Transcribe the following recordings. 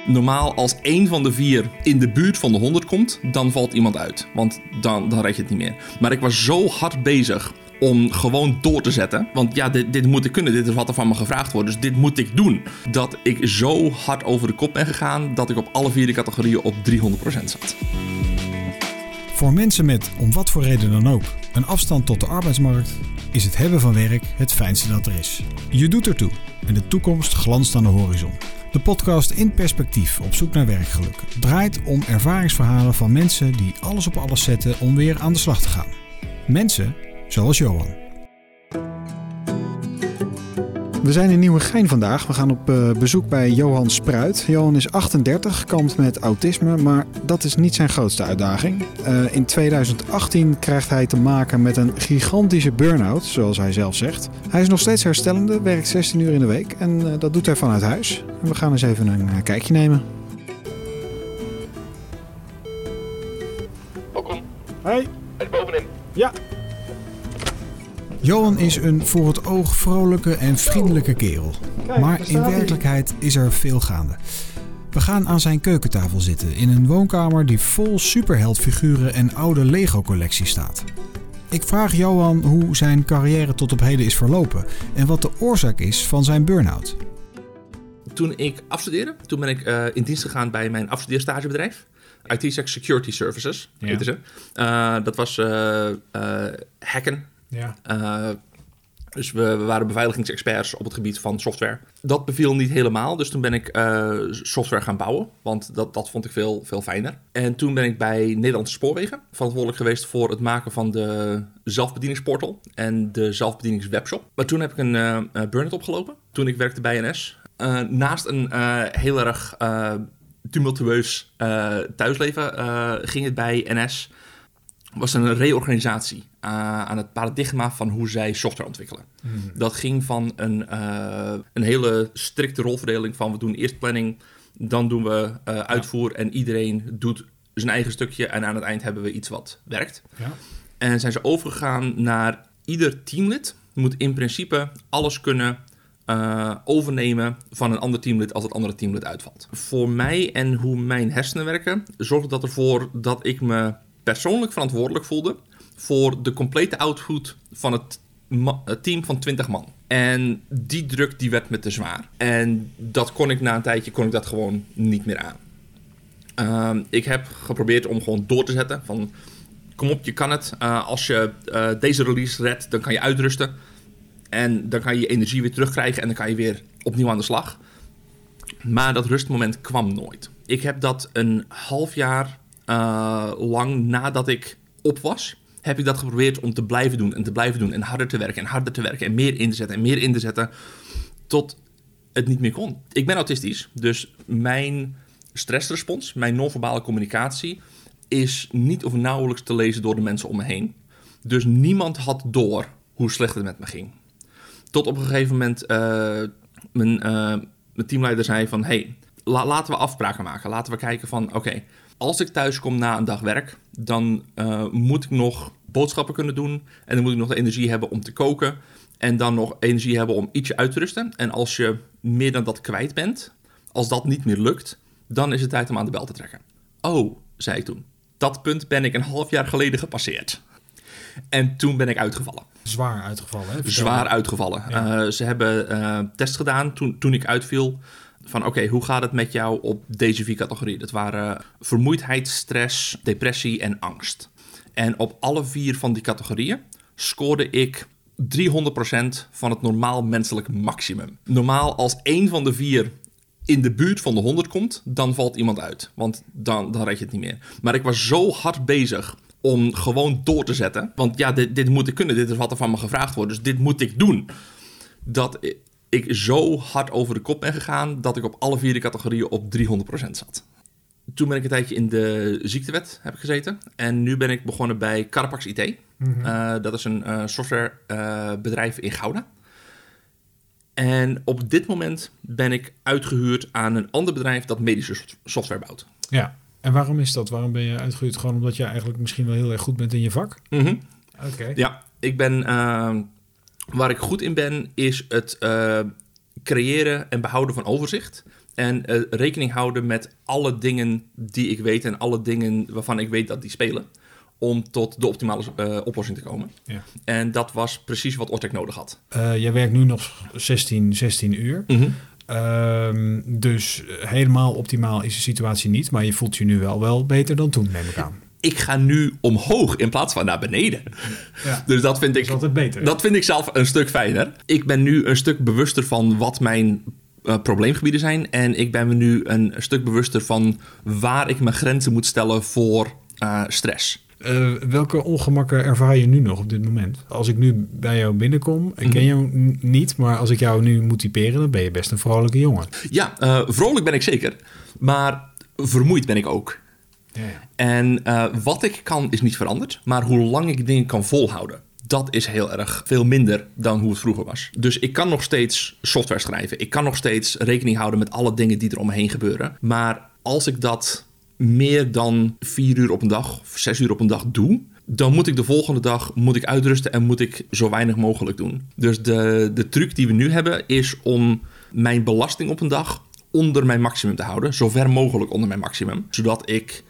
Normaal als 1 van de 4 in de buurt van de 100 komt, dan valt iemand uit. Want dan red je het niet meer. Maar ik was zo hard bezig om gewoon door te zetten. Want ja, dit moet ik kunnen. Dit is wat er van me gevraagd wordt. Dus dit moet ik doen. Dat ik zo hard over de kop ben gegaan dat ik op alle 4 categorieën op 300% zat. Voor mensen met, om wat voor reden dan ook, een afstand tot de arbeidsmarkt, is het hebben van werk het fijnste dat er is. Je doet ertoe en de toekomst glanst aan de horizon. De podcast In Perspectief op zoek naar werkgeluk draait om ervaringsverhalen van mensen die alles op alles zetten om weer aan de slag te gaan. Mensen zoals Johan. We zijn in Nieuwegein vandaag. We gaan op bezoek bij Johan Spruit. Johan is 38, kampt met autisme, maar dat is niet zijn grootste uitdaging. In 2018 krijgt hij te maken met een gigantische burn-out, zoals hij zelf zegt. Hij is nog steeds herstellende, werkt 16 uur in de week en dat doet hij vanuit huis. En we gaan eens even een kijkje nemen. Welkom. Hoi. Er bovenin. Ja. Johan is een voor het oog vrolijke en vriendelijke kerel. Kijk, maar in werkelijkheid is er veel gaande. We gaan aan zijn keukentafel zitten in een woonkamer die vol superheldfiguren en oude Lego-collecties staat. Ik vraag Johan hoe zijn carrière tot op heden is verlopen en wat de oorzaak is van zijn burn-out. Toen ik afstudeerde, ben ik in dienst gegaan bij mijn afstudeerstagebedrijf. IT Security Services heette ze. Dat was hacken. Ja. Dus we waren beveiligingsexperts op het gebied van software. Dat beviel niet helemaal, dus toen ben ik software gaan bouwen. Want dat vond ik veel fijner. En toen ben ik bij Nederlandse Spoorwegen verantwoordelijk geweest voor het maken van de zelfbedieningsportal en de zelfbedieningswebshop. Maar toen heb ik een burn-out opgelopen toen ik werkte bij NS. Naast een heel erg tumultueus thuisleven ging het bij NS. Was een reorganisatie aan het paradigma van hoe zij software ontwikkelen. Dat ging van een hele strikte rolverdeling van we doen eerst planning, dan doen we uitvoer en iedereen doet zijn eigen stukje en aan het eind hebben we iets wat werkt. Ja. En zijn ze overgegaan naar ieder teamlid moet in principe alles kunnen overnemen van een ander teamlid als het andere teamlid uitvalt. Voor mij en hoe mijn hersenen werken, zorgde dat ervoor dat ik me persoonlijk verantwoordelijk voelde voor de complete output van het team van 20 man. En die druk die werd me te zwaar. En dat kon ik na een tijdje dat gewoon niet meer aan. Ik heb geprobeerd om gewoon door te zetten van kom op, je kan het. Als je deze release redt, dan kan je uitrusten. En dan kan je je energie weer terugkrijgen en dan kan je weer opnieuw aan de slag. Maar dat rustmoment kwam nooit. Ik heb dat een half jaar lang nadat ik op was, heb ik dat geprobeerd om te blijven doen en te blijven doen en harder te werken en meer in te zetten tot het niet meer kon. Ik ben autistisch, dus mijn stressrespons, mijn non-verbale communicatie is niet of nauwelijks te lezen door de mensen om me heen. Dus niemand had door hoe slecht het met me ging. Tot op een gegeven moment mijn teamleider zei van hey, laten we afspraken maken. Laten we kijken van oké, als ik thuis kom na een dag werk, dan moet ik nog boodschappen kunnen doen. En dan moet ik nog de energie hebben om te koken. En dan nog energie hebben om ietsje uit te rusten. En als je meer dan dat kwijt bent, als dat niet meer lukt, dan is het tijd om aan de bel te trekken. Oh, zei ik toen. Dat punt ben ik een half jaar geleden gepasseerd. En toen ben ik uitgevallen. Zwaar uitgevallen, hè? Zwaar uitgevallen. Ja. Ze hebben tests gedaan toen ik uitviel. Van oké, hoe gaat het met jou op deze 4 categorieën? Dat waren vermoeidheid, stress, depressie en angst. En op alle 4 van die categorieën scoorde ik 300% van het normaal menselijk maximum. Normaal als 1 van de 4 in de buurt van de 100 komt, dan valt iemand uit. Want dan red je het niet meer. Maar ik was zo hard bezig om gewoon door te zetten. Want ja, dit moet ik kunnen. Dit is wat er van me gevraagd wordt. Dus dit moet ik doen. Dat ik zo hard over de kop ben gegaan dat ik op alle 4 categorieën op 300% zat. Toen ben ik een tijdje in de ziektewet heb ik gezeten. En nu ben ik begonnen bij Carapax IT. Mm-hmm. Dat is een softwarebedrijf in Gouda. En op dit moment ben ik uitgehuurd aan een ander bedrijf dat medische software bouwt. Ja, en waarom is dat? Waarom ben je uitgehuurd? Gewoon omdat je eigenlijk misschien wel heel erg goed bent in je vak? Mm-hmm. Oké. Ja, ik ben... waar ik goed in ben, is het creëren en behouden van overzicht. En rekening houden met alle dingen die ik weet en alle dingen waarvan ik weet dat die spelen. Om tot de optimale oplossing te komen. Ja. En dat was precies wat Ortec nodig had. Jij werkt nu nog 16 uur. Mm-hmm. Dus helemaal optimaal is de situatie niet. Maar je voelt je nu wel beter dan toen, neem ik aan. Ik ga nu omhoog in plaats van naar beneden. Ja. Dus dat vind ik is altijd beter. Dat vind ik zelf een stuk fijner. Ik ben nu een stuk bewuster van wat mijn probleemgebieden zijn. En ik ben me nu een stuk bewuster van waar ik mijn grenzen moet stellen voor stress. Welke ongemakken ervaar je nu nog op dit moment? Als ik nu bij jou binnenkom, ik ken jou niet, maar als ik jou nu moet typeren, dan ben je best een vrolijke jongen. Ja, vrolijk ben ik zeker, maar vermoeid ben ik ook. Ja. En wat ik kan is niet veranderd, maar hoe lang ik dingen kan volhouden, dat is heel erg veel minder dan hoe het vroeger was. Dus ik kan nog steeds software schrijven, ik kan nog steeds rekening houden met alle dingen die er om me heen gebeuren, maar als ik dat meer dan 4 uur op een dag of 6 uur op een dag doe, dan moet ik de volgende dag uitrusten en moet ik zo weinig mogelijk doen. Dus de truc die we nu hebben is om mijn belasting op een dag onder mijn maximum te houden. Zo ver mogelijk onder mijn maximum. Zodat ik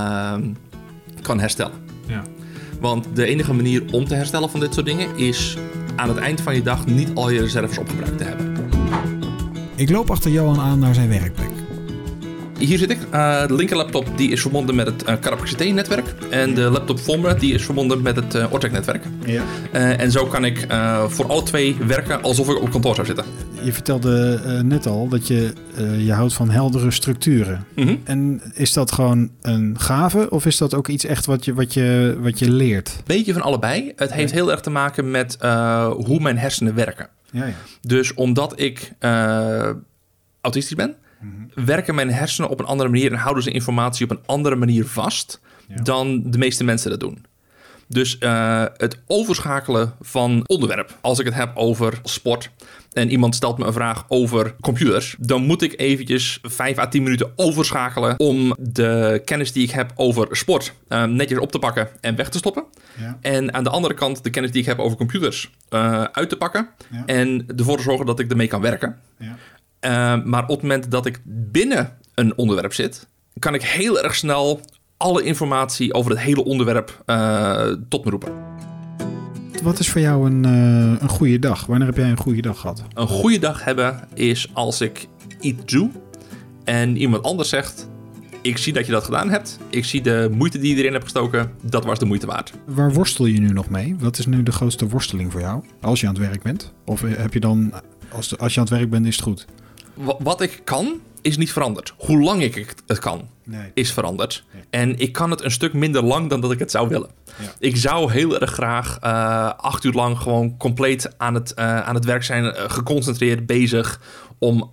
kan herstellen. Ja. Want de enige manier om te herstellen van dit soort dingen is aan het eind van je dag niet al je reserves opgebruikt te hebben. Ik loop achter Johan aan naar zijn werkplek. Hier zit ik. De linker laptop die is verbonden met het Carapax IT-netwerk. En de laptop voor me die is verbonden met het Ortec-netwerk. Ja. En zo kan ik voor alle twee werken alsof ik op kantoor zou zitten. Je vertelde net al dat je houdt van heldere structuren. Mm-hmm. En is dat gewoon een gave of is dat ook iets echt wat je leert? Beetje van allebei. Het heeft heel erg te maken met hoe mijn hersenen werken. Ja. Dus omdat ik autistisch ben, werken mijn hersenen op een andere manier en houden ze informatie op een andere manier vast dan de meeste mensen dat doen. Dus het overschakelen van onderwerp. Als ik het heb over sport en iemand stelt me een vraag over computers, dan moet ik eventjes 5 à 10 minuten overschakelen om de kennis die ik heb over sport netjes op te pakken en weg te stoppen. Ja. En aan de andere kant de kennis die ik heb over computers uit te pakken en ervoor te zorgen dat ik ermee kan werken. Ja. Maar op het moment dat ik binnen een onderwerp zit, kan ik heel erg snel alle informatie over het hele onderwerp tot me roepen. Wat is voor jou een goede dag? Wanneer heb jij een goede dag gehad? Een goede dag hebben is als ik iets doe en iemand anders zegt, ik zie dat je dat gedaan hebt. Ik zie de moeite die je erin hebt gestoken. Dat was de moeite waard. Waar worstel je nu nog mee? Wat is nu de grootste worsteling voor jou? Als je aan het werk bent? Of heb je dan, als je aan het werk bent, is het goed? Wat ik kan, is niet veranderd. Hoe lang ik het kan, is veranderd. Nee. En ik kan het een stuk minder lang dan dat ik het zou willen. Ja. Ik zou heel erg graag 8 uur lang gewoon compleet aan het werk zijn, geconcentreerd bezig om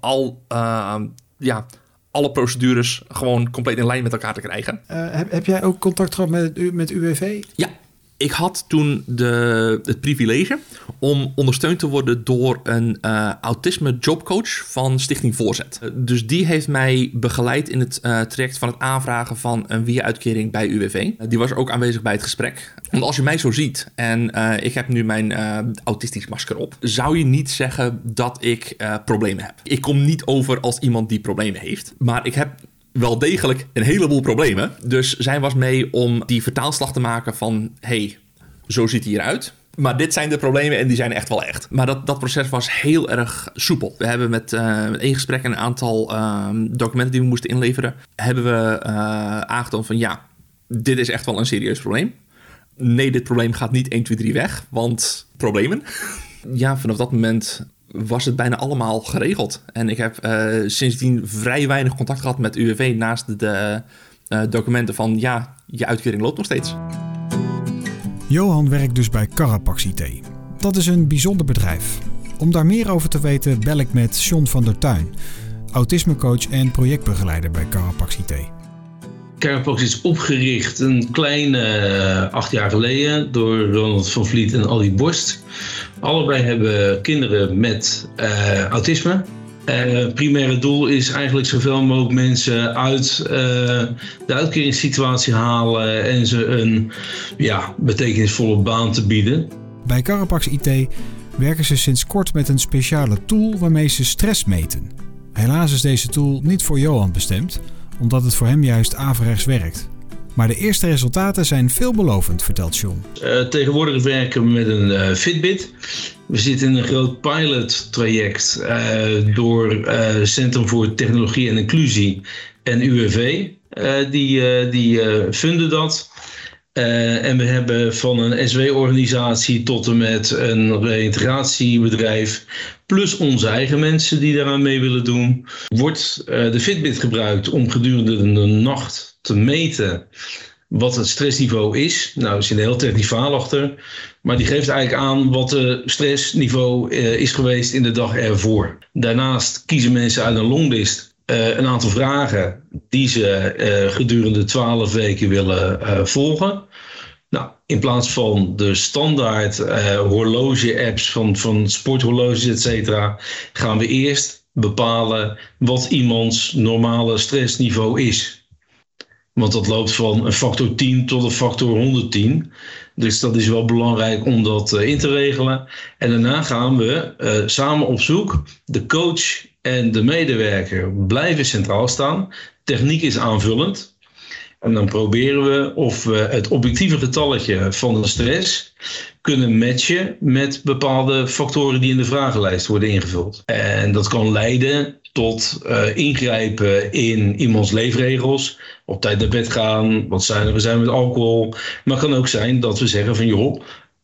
alle procedures gewoon compleet in lijn met elkaar te krijgen. Heb jij ook contact gehad met UWV? Ja. Ik had toen het privilege om ondersteund te worden door een autisme jobcoach van Stichting Voorzet. Dus die heeft mij begeleid in het traject van het aanvragen van een WIA-uitkering bij UWV. Die was ook aanwezig bij het gesprek. Want als je mij zo ziet en ik heb nu mijn autistisch masker op, zou je niet zeggen dat ik problemen heb. Ik kom niet over als iemand die problemen heeft, maar ik heb wel degelijk een heleboel problemen. Dus zij was mee om die vertaalslag te maken van, hey, zo ziet hij eruit. Maar dit zijn de problemen en die zijn echt wel echt. Maar dat proces was heel erg soepel. We hebben met 1 gesprek en een aantal documenten die we moesten inleveren, hebben we aangetoond van ja, dit is echt wel een serieus probleem. Nee, dit probleem gaat niet 1, 2, 3 weg, want problemen. Ja, vanaf dat moment was het bijna allemaal geregeld. En ik heb sindsdien vrij weinig contact gehad met UWV naast de documenten van ja, je uitkering loopt nog steeds. Johan werkt dus bij Carapax IT. Dat is een bijzonder bedrijf. Om daar meer over te weten bel ik met John van der Tuin, autismecoach en projectbegeleider bij Carapax IT. Carapax is opgericht een kleine 8 jaar geleden door Ronald van Vliet en Ally Borst. Allebei hebben kinderen met autisme. Het primaire doel is eigenlijk zoveel mogelijk mensen uit de uitkeringssituatie halen en ze een betekenisvolle baan te bieden. Bij Carapax IT werken ze sinds kort met een speciale tool waarmee ze stress meten. Helaas is deze tool niet voor Johan bestemd, omdat het voor hem juist averechts werkt. Maar de eerste resultaten zijn veelbelovend, vertelt John. Tegenwoordig werken we met een Fitbit. We zitten in een groot pilottraject door Centrum voor Technologie en Inclusie en UWV. Die funden dat. En we hebben van een SW-organisatie tot en met een reïntegratiebedrijf, plus onze eigen mensen die daaraan mee willen doen, wordt de Fitbit gebruikt om gedurende de nacht te meten wat het stressniveau is. Nou, er zit een heel technisch verhaal achter, maar die geeft eigenlijk aan wat het stressniveau is geweest in de dag ervoor. Daarnaast kiezen mensen uit een longlist een aantal vragen die ze gedurende 12 weken willen volgen. Nou, in plaats van de standaard horloge-apps van sporthorloges, et cetera, gaan we eerst bepalen wat iemands normale stressniveau is. Want dat loopt van een factor 10 tot een factor 110. Dus dat is wel belangrijk om dat in te regelen. En daarna gaan we samen op zoek. De coach en de medewerker blijven centraal staan. Techniek is aanvullend. En dan proberen we of we het objectieve getalletje van de stress kunnen matchen met bepaalde factoren die in de vragenlijst worden ingevuld. En dat kan leiden tot ingrijpen in iemands leefregels. Op tijd naar bed gaan, wat we zijn met alcohol. Maar het kan ook zijn dat we zeggen van joh,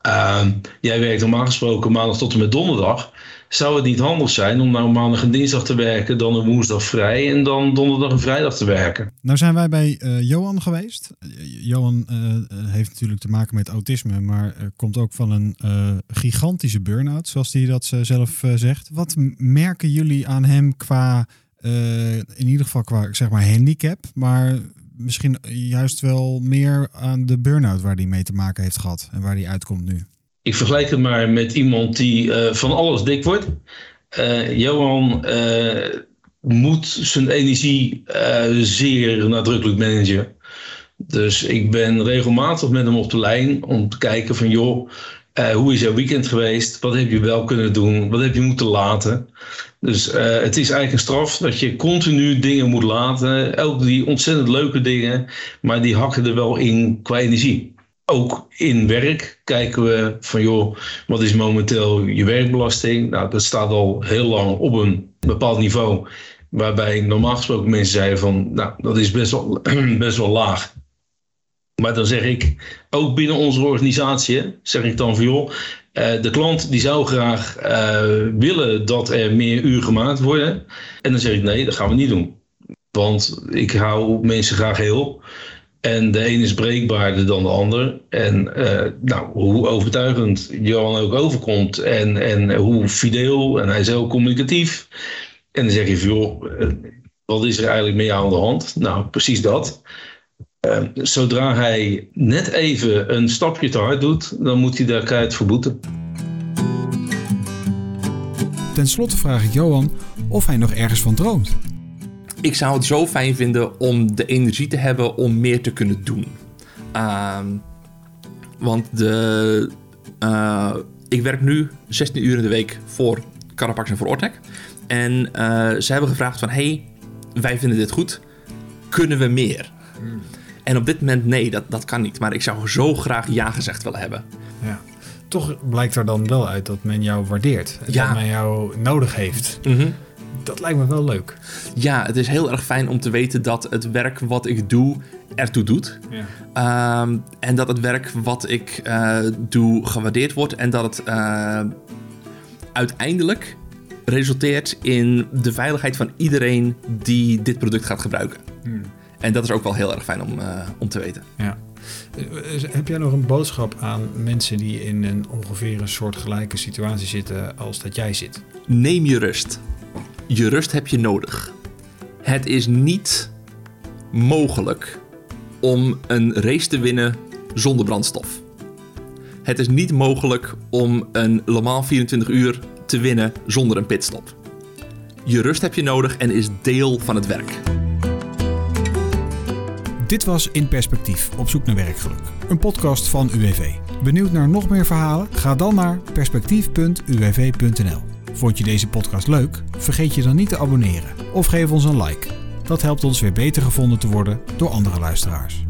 jij werkt normaal gesproken maandag tot en met donderdag. Zou het niet handig zijn om nou maandag en dinsdag te werken, dan een woensdag vrij en dan donderdag en vrijdag te werken? Nou zijn wij bij Johan geweest. Johan heeft natuurlijk te maken met autisme, maar komt ook van een gigantische burn-out, zoals hij dat zelf zegt. Wat merken jullie aan hem qua, in ieder geval qua zeg maar handicap, maar misschien juist wel meer aan de burn-out waar hij mee te maken heeft gehad en waar hij uitkomt nu? Ik vergelijk het maar met iemand die van alles dik wordt. Johan moet zijn energie zeer nadrukkelijk managen. Dus ik ben regelmatig met hem op de lijn om te kijken van joh, hoe is jouw weekend geweest? Wat heb je wel kunnen doen? Wat heb je moeten laten? Dus het is eigenlijk een straf dat je continu dingen moet laten. Ook die ontzettend leuke dingen, maar die hakken er wel in qua energie. Ook in werk kijken we van joh, wat is momenteel je werkbelasting? Nou, dat staat al heel lang op een bepaald niveau. Waarbij normaal gesproken mensen zeiden van nou, dat is best wel laag. Maar dan zeg ik, ook binnen onze organisatie, zeg ik dan van joh, de klant die zou graag willen dat er meer uren gemaakt worden. En dan zeg ik nee, dat gaan we niet doen. Want ik hou mensen graag heel. En de een is breekbaarder dan de ander. En hoe overtuigend Johan ook overkomt. En hoe fideel. En hij is heel communicatief. En dan zeg je van, joh, wat is er eigenlijk mee aan de hand? Nou, precies dat. Zodra hij net even een stapje te hard doet, dan moet hij daar keihard voor boeten. Ten slotte vraag ik Johan of hij nog ergens van droomt. Ik zou het zo fijn vinden om de energie te hebben om meer te kunnen doen. Want ik werk nu 16 uur in de week voor Carapax en voor Ortec. En ze hebben gevraagd van, hey, wij vinden dit goed. Kunnen we meer? En op dit moment, nee, dat kan niet. Maar ik zou zo graag ja gezegd willen hebben. Ja. Toch blijkt er dan wel uit dat men jou waardeert. En dat men jou nodig heeft. Mm-hmm. Dat lijkt me wel leuk. Ja, het is heel erg fijn om te weten dat het werk wat ik doe ertoe doet. Ja. En dat het werk wat ik doe gewaardeerd wordt. En dat het uiteindelijk resulteert in de veiligheid van iedereen die dit product gaat gebruiken. En dat is ook wel heel erg fijn om te weten. Ja. Heb jij nog een boodschap aan mensen die in ongeveer een soortgelijke situatie zitten als dat jij zit? Neem je rust. Je rust heb je nodig. Het is niet mogelijk om een race te winnen zonder brandstof. Het is niet mogelijk om een Le Mans 24 uur te winnen zonder een pitstop. Je rust heb je nodig en is deel van het werk. Dit was In Perspectief, op zoek naar werkgeluk. Een podcast van UWV. Benieuwd naar nog meer verhalen? Ga dan naar perspectief.uwv.nl. Vond je deze podcast leuk? Vergeet je dan niet te abonneren of geef ons een like. Dat helpt ons weer beter gevonden te worden door andere luisteraars.